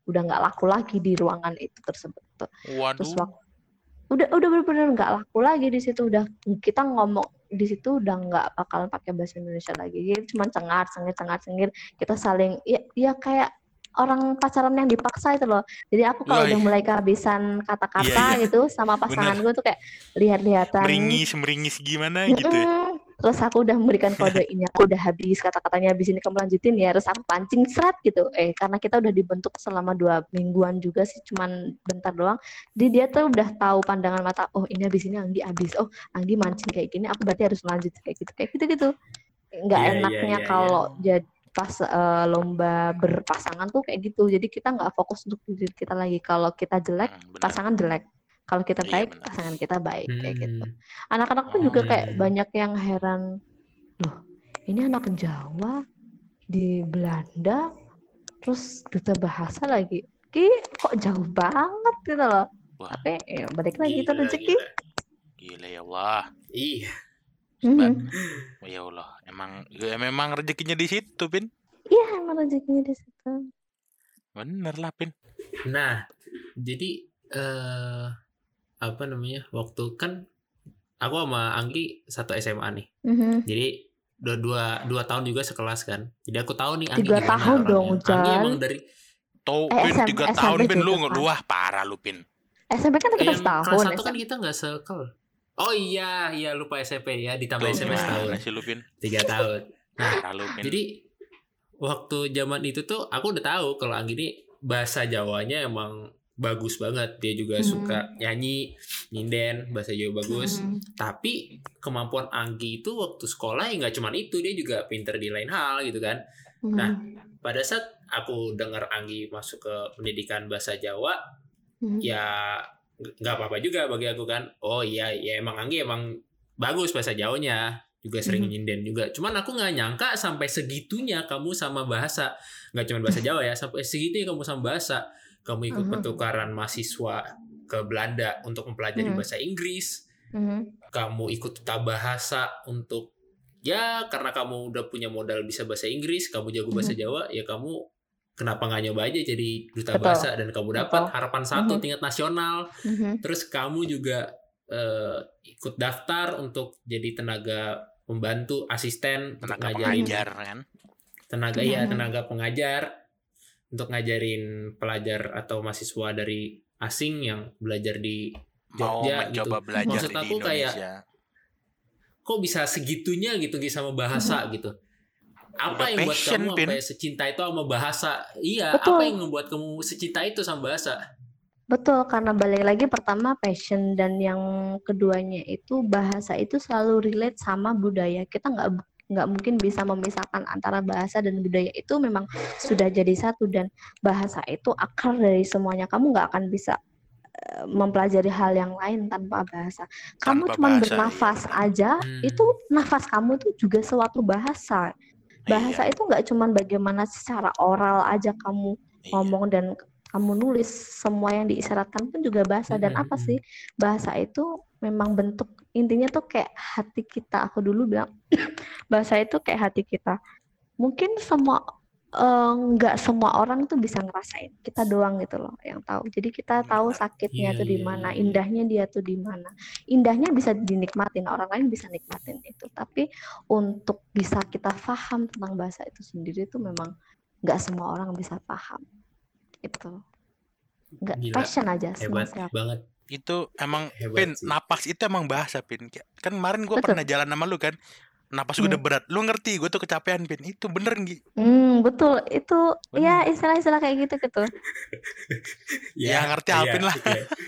udah nggak laku lagi di ruangan itu tersebut tuh. Terus Waduh. udah benar-benar nggak laku lagi di situ, udah kita ngomong di situ udah nggak bakalan pakai bahasa Indonesia lagi, jadi cuma cengar cengir kita saling ya kayak orang pacaran yang dipaksa itu loh. Jadi aku kalau Wah, udah mulai kehabisan kata-kata iya. gitu sama pasangan Bener. gue tuh kayak lihat-lihatan. Meringis gimana gitu ya. Terus aku udah memberikan kode ini, aku udah habis kata-katanya, habis ini kamu lanjutin ya. Terus aku pancing seret gitu. Karena kita udah dibentuk selama 2 mingguan juga sih, cuman bentar doang. Jadi dia tuh udah tahu pandangan mata, oh ini habis ini Anggi habis, oh Anggi mancing kayak gini, aku berarti harus lanjut kayak gitu. Nggak Iya, enaknya iya. kalau jadi pas lomba berpasangan tuh kayak gitu. Jadi kita nggak fokus untuk diri kita lagi. Kalau kita jelek, Bener. pasangan jelek. Kalau kita Iya, baik, bener. pasangan kita baik kayak gitu. Hmm. Anak-anak pun juga kayak Hmm. banyak yang heran, loh ini anak Jawa di Belanda, terus duta bahasa lagi, kok jauh banget gitu loh. Wah, Tapi ya balik lagi itu Gila, rezeki. gila ya Allah. Iya. Ya Allah, memang rezekinya di situ, Pin. Iya, emang rezekinya di situ. Bener lah, Pin. Nah, jadi apa namanya? Waktu kan aku sama Anggi satu SMA nih. Jadi dua tahun juga sekelas kan. Jadi aku tahu nih Anggi 3 gimana tahun orangnya. dong, Anggi Jan. emang dari Tuh, Pin, 3 tahun, SMP Pin. Lu juga kan. wah parah lu, Pin. SMP kan kita yang setahun. kelas 1 kan kita nggak sekel. Oh iya lupa SMP ya, ditambah Tuh, SMP setahun. gimana sih lu, Pin? 3 tahun. Nah, Parah lu, Pin. jadi waktu zaman itu tuh aku udah tahu kalau Anggi ini bahasa Jawanya emang bagus banget. Dia juga suka nyanyi, nyinden, bahasa Jawa bagus. Tapi kemampuan Anggi itu waktu sekolah ya nggak cuma itu, dia juga pinter di lain hal gitu kan. Nah, pada saat aku dengar Anggi masuk ke pendidikan bahasa Jawa, ya nggak apa-apa juga bagi aku kan. Oh iya, ya emang Anggi emang bagus bahasa Jawanya, juga sering nyinden juga. Cuman aku nggak nyangka sampai segitunya kamu sama bahasa. Nggak cuma bahasa Jawa ya, sampai segitunya kamu sama bahasa. Kamu ikut pertukaran mahasiswa ke Belanda untuk mempelajari bahasa Inggris. Kamu ikut duta bahasa untuk ya karena kamu udah punya modal bisa bahasa Inggris, kamu jago bahasa Jawa, ya kamu kenapa nggak nyoba aja jadi duta bahasa dan kamu dapat harapan 1 tingkat nasional. Terus kamu juga ikut daftar untuk jadi tenaga pembantu, asisten, tenaga untuk ngajarin pengajar kan. tenaga pengajar untuk ngajarin pelajar atau mahasiswa dari asing yang belajar di Mau Jogja mencoba gitu. belajar Maksud di aku Indonesia. kayak kok bisa segitunya gitu sama bahasa gitu. Apa Udah yang buat passion, kamu Pin. sampai secinta itu sama bahasa? Iya, Betul. apa yang membuat kamu secinta itu sama bahasa? Betul, karena balik lagi pertama passion, dan yang keduanya itu bahasa itu selalu relate sama budaya. Kita nggak mungkin bisa memisahkan antara bahasa dan budaya, itu memang sudah jadi satu, dan bahasa itu akar dari semuanya. Kamu nggak akan bisa mempelajari hal yang lain tanpa bahasa. Kamu Tanpa cuma bahasa, bernafas iya, aja, itu nafas kamu itu juga suatu bahasa. Bahasa itu nggak cuma bagaimana secara oral aja kamu ngomong dan kamu nulis, semua yang diisyaratkan pun juga bahasa. Dan apa sih bahasa itu memang bentuk, intinya tuh kayak hati kita. Aku dulu bilang bahasa itu kayak hati kita. Mungkin nggak semua orang tuh bisa ngerasain, kita doang gitu loh yang tahu. Jadi kita tahu sakitnya tuh di mana, indahnya dia tuh di mana. Indahnya bisa dinikmatin, orang lain bisa nikmatin itu, tapi untuk bisa kita paham tentang bahasa itu sendiri tuh memang nggak semua orang bisa paham. Itu nggak passion aja, hebat banget. Itu emang Pin, napas itu emang bahasa, Pin. Kan kemarin gue pernah jalan sama lu kan, napas gue udah berat, lu ngerti gue tuh kecapean, Pin. Itu bener Gi? Betul, itu bener. Ya istilah-istilah kayak gitu gitu. Ya ngerti Alvin lah.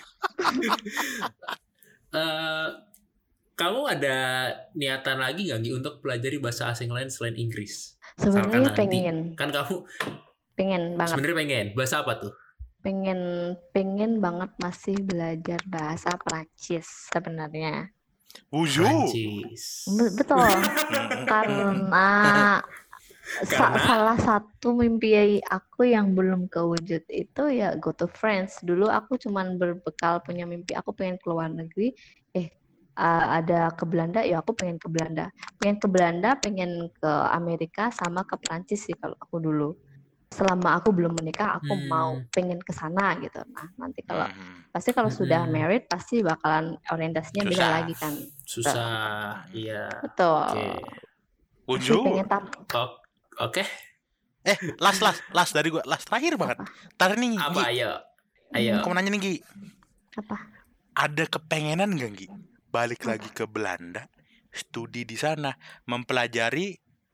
Kamu ada niatan lagi gak Gi untuk pelajari bahasa asing lain selain Inggris? Sebenarnya pengen. Kan kamu pengen banget. Sebenarnya pengen. Bahasa apa tuh? Pengen banget masih belajar bahasa Perancis sebenarnya. Perancis. Betul. Karena salah satu mimpi aku yang belum kewujud itu ya go to France. Dulu aku cuman berbekal punya mimpi aku pengen ke luar negeri. Ada ke Belanda, ya aku pengen ke Belanda. Pengen ke Amerika sama ke Perancis sih kalau aku dulu. selama aku belum menikah aku mau pengen ke sana gitu. Nah, nanti kalau pasti kalau sudah married pasti bakalan orientasinya beda Susah. lagi kan. Susah. Iya. Betul. Oke. Pasti Unju. pengen Oke. Last dari gua, last terakhir banget. Tar nih, Apa Gi. ayo. Aku mau nanya nih, Gi. apa? Ada kepengenan gak, Gi? Balik lagi ke Belanda, studi di sana, mempelajari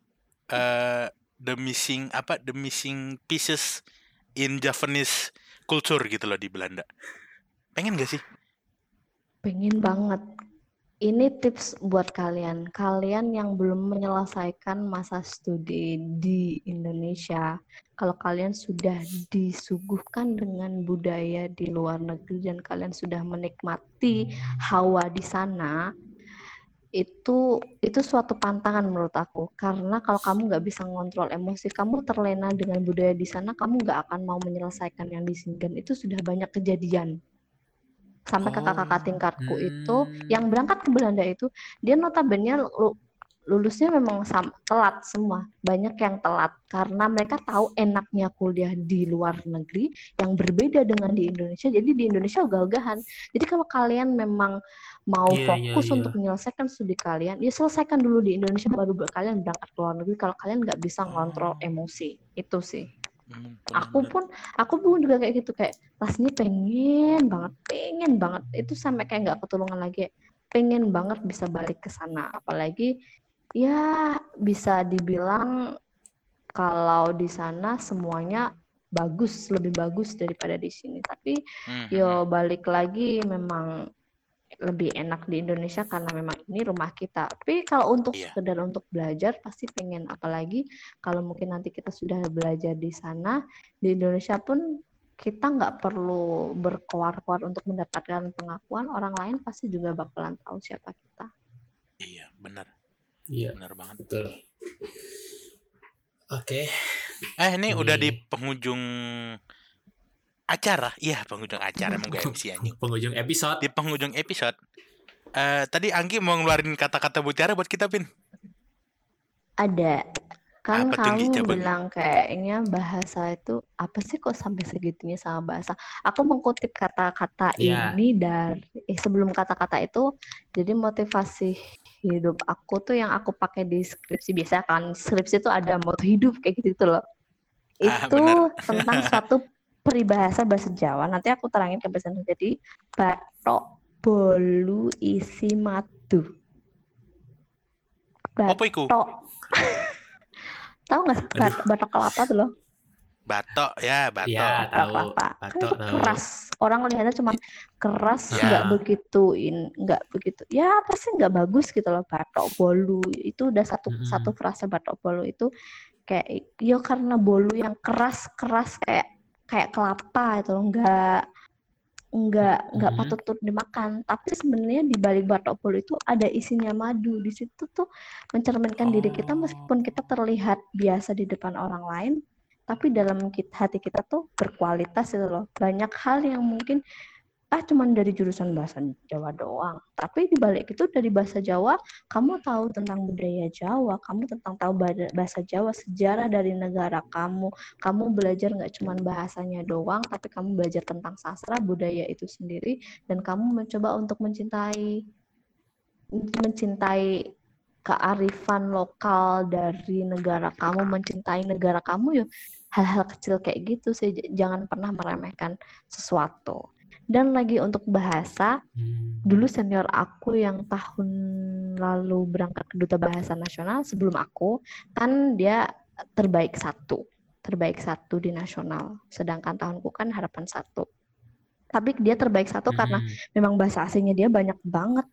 the missing pieces in Japanese culture gitu loh di Belanda. Pengen gak sih? Pengen banget. Ini tips buat kalian yang belum menyelesaikan masa studi di Indonesia. Kalau kalian sudah disuguhkan dengan budaya di luar negeri dan kalian sudah menikmati hawa di sana, itu suatu pantangan menurut aku. Karena kalau kamu nggak bisa ngontrol emosi, kamu terlena dengan budaya di sana, kamu nggak akan mau menyelesaikan yang di sini. Dan itu sudah banyak kejadian. Sampai kakak-kakak tingkatku itu yang berangkat ke Belanda itu dia notabene lulusnya memang telat semua, banyak yang telat karena mereka tahu enaknya kuliah di luar negeri yang berbeda dengan di Indonesia. Jadi di Indonesia ogah-ogahan. Jadi kalau kalian memang mau fokus untuk menyelesaikan studi kalian, ya selesaikan dulu di Indonesia baru kalian berangkat ke luar negeri kalau kalian nggak bisa ngontrol emosi. Itu sih. Aku pun juga kayak gitu, kayak rasanya pengen banget itu sampai kayak nggak ketulungan lagi, pengen banget bisa balik ke sana, apalagi ya bisa dibilang kalau di sana semuanya bagus, lebih bagus daripada di sini, tapi yo balik lagi memang lebih enak di Indonesia karena memang ini rumah kita. Tapi kalau untuk sekedar untuk belajar pasti pengen, apalagi kalau mungkin nanti kita sudah belajar di sana, di Indonesia pun kita nggak perlu berkoar-koar untuk mendapatkan pengakuan, orang lain pasti juga bakalan tahu siapa kita. Iya, benar. Iya, benar banget. Betul. Oke. Ini udah di penghujung acara. Iya, penghujung acara emang gak MC anjing. Penghujung episode. Di penghujung episode. Tadi Anggi mau ngeluarin kata-kata mutiara buat kita, Pin. Ada. Kan Apa tuh, Gi? kamu Coba, Gi. bilang kayaknya bahasa itu apa sih kok sampai segitunya sama bahasa. Aku mengutip kata-kata ini dari sebelum kata-kata itu, jadi motivasi hidup aku tuh yang aku pakai di skripsi. Biasa kan skripsi itu ada moto hidup kayak gitu loh. Itu tentang suatu peribahasa bahasa Jawa. Nanti aku terangin ke bahasa Indonesia. Jadi bathok bolu isi madu. Bathok. Tahu nggak bathok kelapa tuh loh? Bathok ya, bathok. Ya, tahu. Bathok keras. Orang lihatnya cuma keras, nggak begitu. Ya pasti nggak bagus gitu loh. Bathok bolu itu udah satu frase bathok bolu itu kayak yo karena bolu yang keras kayak kelapa itu nggak patut untuk dimakan. Tapi sebenarnya di balik bathok bolu itu ada isinya madu. Di situ tuh mencerminkan diri kita meskipun kita terlihat biasa di depan orang lain, tapi dalam hati kita tuh berkualitas itu loh. Banyak hal yang mungkin cuman dari jurusan bahasa Jawa doang. Tapi di balik itu dari bahasa Jawa, kamu tahu tentang budaya Jawa, kamu tahu bahasa Jawa, sejarah dari negara kamu. Kamu belajar nggak cuman bahasanya doang, tapi kamu belajar tentang sastra budaya itu sendiri, dan kamu mencoba untuk mencintai kearifan lokal dari negara kamu, mencintai negara kamu ya. Hal-hal kecil kayak gitu sih, jangan pernah meremehkan sesuatu. Dan lagi untuk bahasa, dulu senior aku yang tahun lalu berangkat ke Duta Bahasa Nasional sebelum aku, kan dia terbaik satu di nasional, sedangkan tahunku kan harapan 1. Tapi dia terbaik 1 karena memang bahasa asingnya dia banyak banget,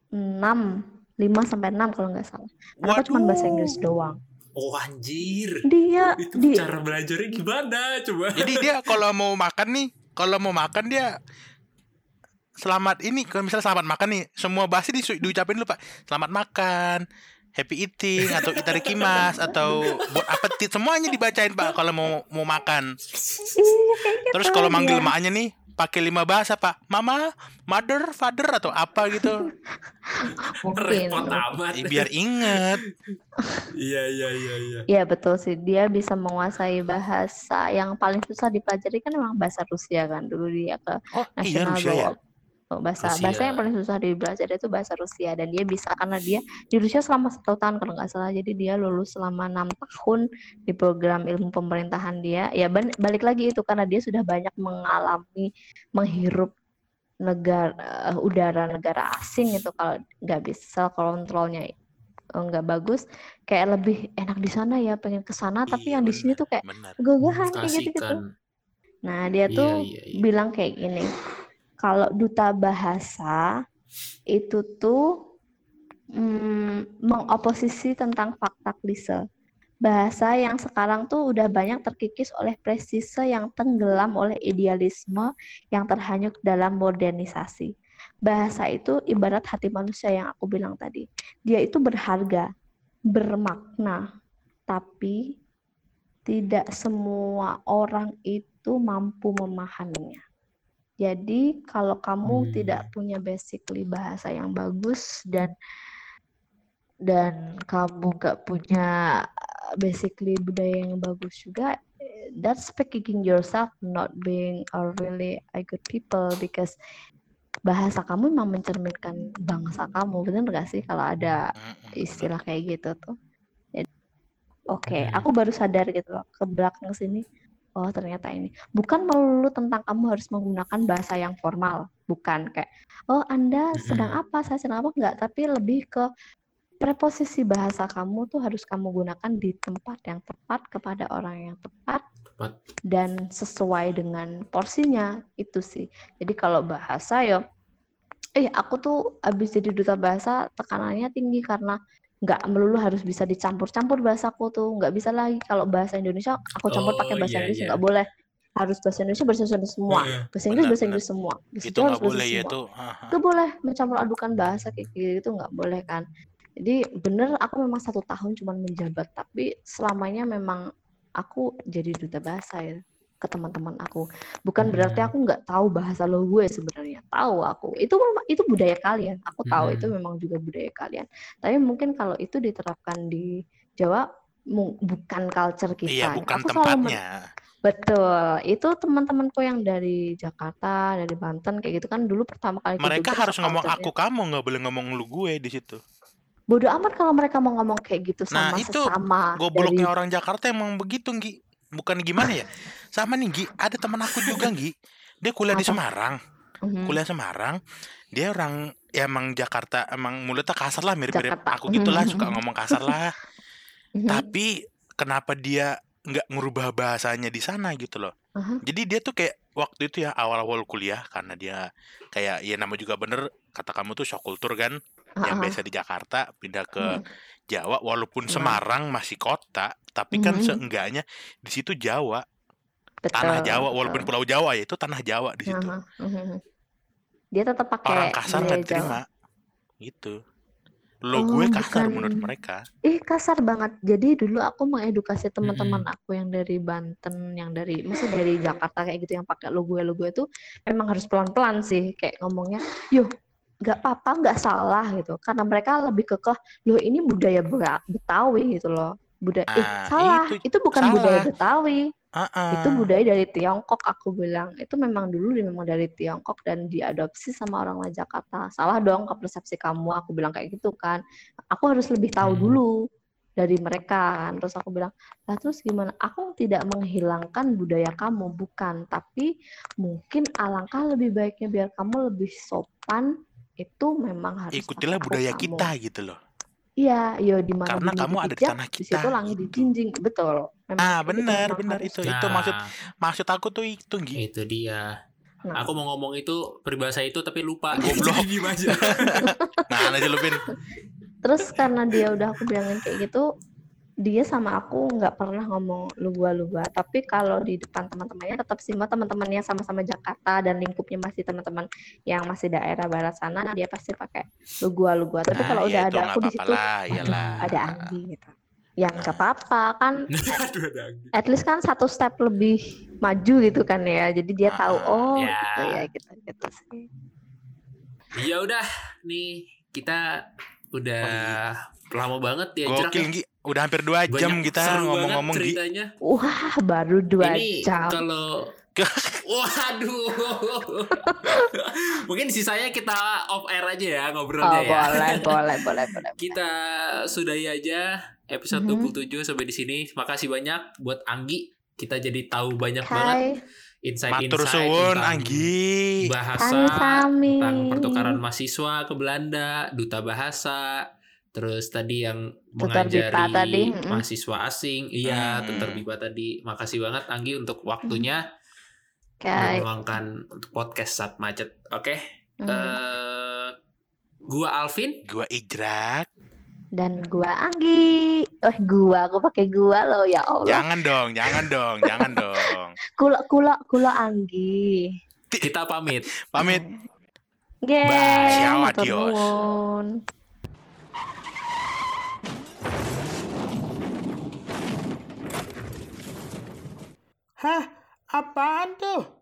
5 sampai 6 kalau nggak salah. Karena cuma bahasa Inggris doang. Oh anjir. Itu cara belajarnya gimana coba? Jadi dia kalau mau makan dia selamat ini, kalau misalnya selamat makan nih, semua bahasa diucapin dulu Pak. Selamat makan, happy eating, atau itadakimasu, atau bon appetit, semuanya dibacain Pak kalau mau makan. Terus kalau manggil emaknya nih, pakai 5 bahasa, Pak. Mama, mother, father atau apa gitu. Mungkin. Repot amat. Biar inget. Iya. Iya betul sih, dia bisa menguasai bahasa yang paling susah dipelajari kan memang bahasa Rusia kan. Dulu dia ke Oh iya, National Rusia ya. bahasa Rusia. yang paling susah dipelajari itu bahasa Rusia, dan dia bisa karena dia di Rusia selama 1 tahun kalau nggak salah, jadi dia lulus selama 6 tahun di program ilmu pemerintahan dia. Ya balik lagi itu karena dia sudah banyak mengalami menghirup udara negara asing itu. Kalau nggak bisa kontrolnya nggak bagus, kayak lebih enak di sana ya, pengen ke sana, tapi Iya, yang di sini tuh kayak benar. gagahan kayak gitu-gitu. Kasihkan. Nah, dia tuh Iya. bilang kayak gini, kalau duta bahasa itu tuh mengoposisi tentang fakta klise. Bahasa yang sekarang tuh udah banyak terkikis oleh presise yang tenggelam oleh idealisme yang terhanyut dalam modernisasi. Bahasa itu ibarat hati manusia yang aku bilang tadi. Dia itu berharga, bermakna, tapi tidak semua orang itu mampu memahaminya. Jadi kalau kamu tidak punya basically bahasa yang bagus dan kamu nggak punya basically budaya yang bagus juga, that's picking yourself not being a really a good people, because bahasa kamu memang mencerminkan bangsa kamu, benar nggak sih kalau ada istilah kayak gitu tuh? Oke, aku baru sadar gitu loh ke belakang sini. Oh ternyata ini bukan melulu tentang kamu harus menggunakan bahasa yang formal, bukan kayak oh Anda sedang apa, saya sedang apa, enggak, tapi lebih ke preposisi bahasa kamu tuh harus kamu gunakan di tempat yang tepat kepada orang yang tepat dan sesuai dengan porsinya, itu sih. Jadi kalau bahasa ya aku tuh abis jadi duta bahasa tekanannya tinggi karena nggak melulu harus bisa dicampur-campur bahasaku tuh, nggak bisa lagi kalau bahasa Indonesia aku campur pakai bahasa Inggris, nggak boleh, harus bahasa Indonesia semua, bahasa Inggris semua, itu nggak boleh ya tuh. nggak boleh mencampur adukan bahasa kayak gitu, nggak boleh kan. Jadi bener aku memang 1 tahun cuman menjabat, tapi selamanya memang aku jadi duta bahasa ya ke teman-teman aku. Bukan berarti aku nggak tahu bahasa lo gue, sebenarnya tahu aku. Itu budaya kalian. Aku tahu itu memang juga budaya kalian. Tapi mungkin kalau itu diterapkan di Jawa bukan culture kita. Iya, bukan aku tempatnya. Betul. Itu teman-temanku yang dari Jakarta, dari Banten kayak gitu kan dulu pertama kali mereka harus ngomong aku kamu, nggak boleh ngomong lu gue di situ. Bodoh amat kalau mereka mau ngomong kayak gitu sama itu sesama. Gobloknya orang Jakarta emang begitu, Gi. Bukan gimana ya? Sama nih, Gi. Ada teman aku juga, Gi. Dia kuliah di Semarang. Kuliah Semarang. Dia orang ya emang Jakarta, emang mulutnya kasar lah, mirip-mirip aku gitulah, suka ngomong kasar lah. Tapi kenapa dia nggak ngubah bahasanya di sana gitu loh? Jadi dia tuh kayak waktu itu ya awal-awal kuliah, karena dia kayak ya nama juga bener kata kamu tuh shock culture kan, yang biasa di Jakarta pindah ke Jawa, walaupun Semarang masih kota, tapi kan seenggaknya di situ Jawa, tanah Jawa, walaupun Pulau Jawa ya itu tanah Jawa di situ. Dia tetap pakai orang kasar nggak diterima gitu. Lo gue kasar menurut mereka. Kasar banget. Jadi dulu aku mengedukasi teman-teman aku yang dari Banten, yang dari dari Jakarta kayak gitu, yang pakai lo gue itu memang harus pelan-pelan sih, kayak ngomongnya, yuk nggak apa-apa, nggak salah gitu, karena mereka lebih kekeh, loh ini budaya Betawi gitu loh, salah, itu bukan salah. Budaya Betawi, itu budaya dari Tiongkok, aku bilang itu memang dari Tiongkok dan diadopsi sama orang Jakarta. Salah dong ke persepsi kamu, aku bilang kayak gitu kan, aku harus lebih tahu dulu dari mereka kan. Terus aku bilang, lah terus gimana, aku tidak menghilangkan budaya kamu, bukan, tapi mungkin alangkah lebih baiknya biar kamu lebih sopan, itu memang harus ikutilah budaya kamu. Kita gitu loh. Iya, di mana karena kamu ada di tanah kita. Di situ langit dijinjing, betul. Benar itu. Itu maksud aku tuh itu, Gi. Itu dia. Aku mau ngomong itu peribahasa itu tapi lupa. Goblok. Nah, aja lu, Pin. Terus karena dia udah aku bilangin kayak gitu, dia sama aku nggak pernah ngomong lu gua, tapi kalau di depan teman-temannya tetap sih, teman-temannya sama-sama Jakarta dan lingkupnya masih teman-teman yang masih daerah barat sana, dia pasti pakai lu gua. Tapi kalau udah ada aku di situ, ada Andi gitu. yang nggak apa-apa kan, Aduh, ada Anggi. at least kan satu step lebih maju gitu kan ya, jadi dia tahu ya. gitu ya gitu sih. Ya udah nih kita udah lama banget ya Jerak Gokil ya. Gi, udah hampir 2 jam Banyak kita seru ngomong-ngomong banget Gi. ceritanya. Wah, baru 2 Ini jam. kalau waduh. Mungkin sisanya kita off air aja ya ngobrolnya ya. Boleh. Kita sudahi aja episode 27 sampai di sini. Makasih banyak buat Anggi. Kita jadi tahu banyak banget Matur insight-insight suwun tentang Anggi. bahasa, Sami-sami. tentang pertukaran mahasiswa ke Belanda, duta bahasa, terus tadi yang Tutor BIPA mengajari tadi, mahasiswa asing, iya, tutor BIPA tadi. Makasih banget Anggi untuk waktunya dan meluangkan untuk podcast saat macet. Oke. Gua Alvin, Gua Ijrak. Dan gua Anggi. Aku pakai gua loh, ya Allah. Jangan dong. Kula Anggi. kita pamit. Pamit. Bye. Ciao, adios. Hah? Apaan tuh?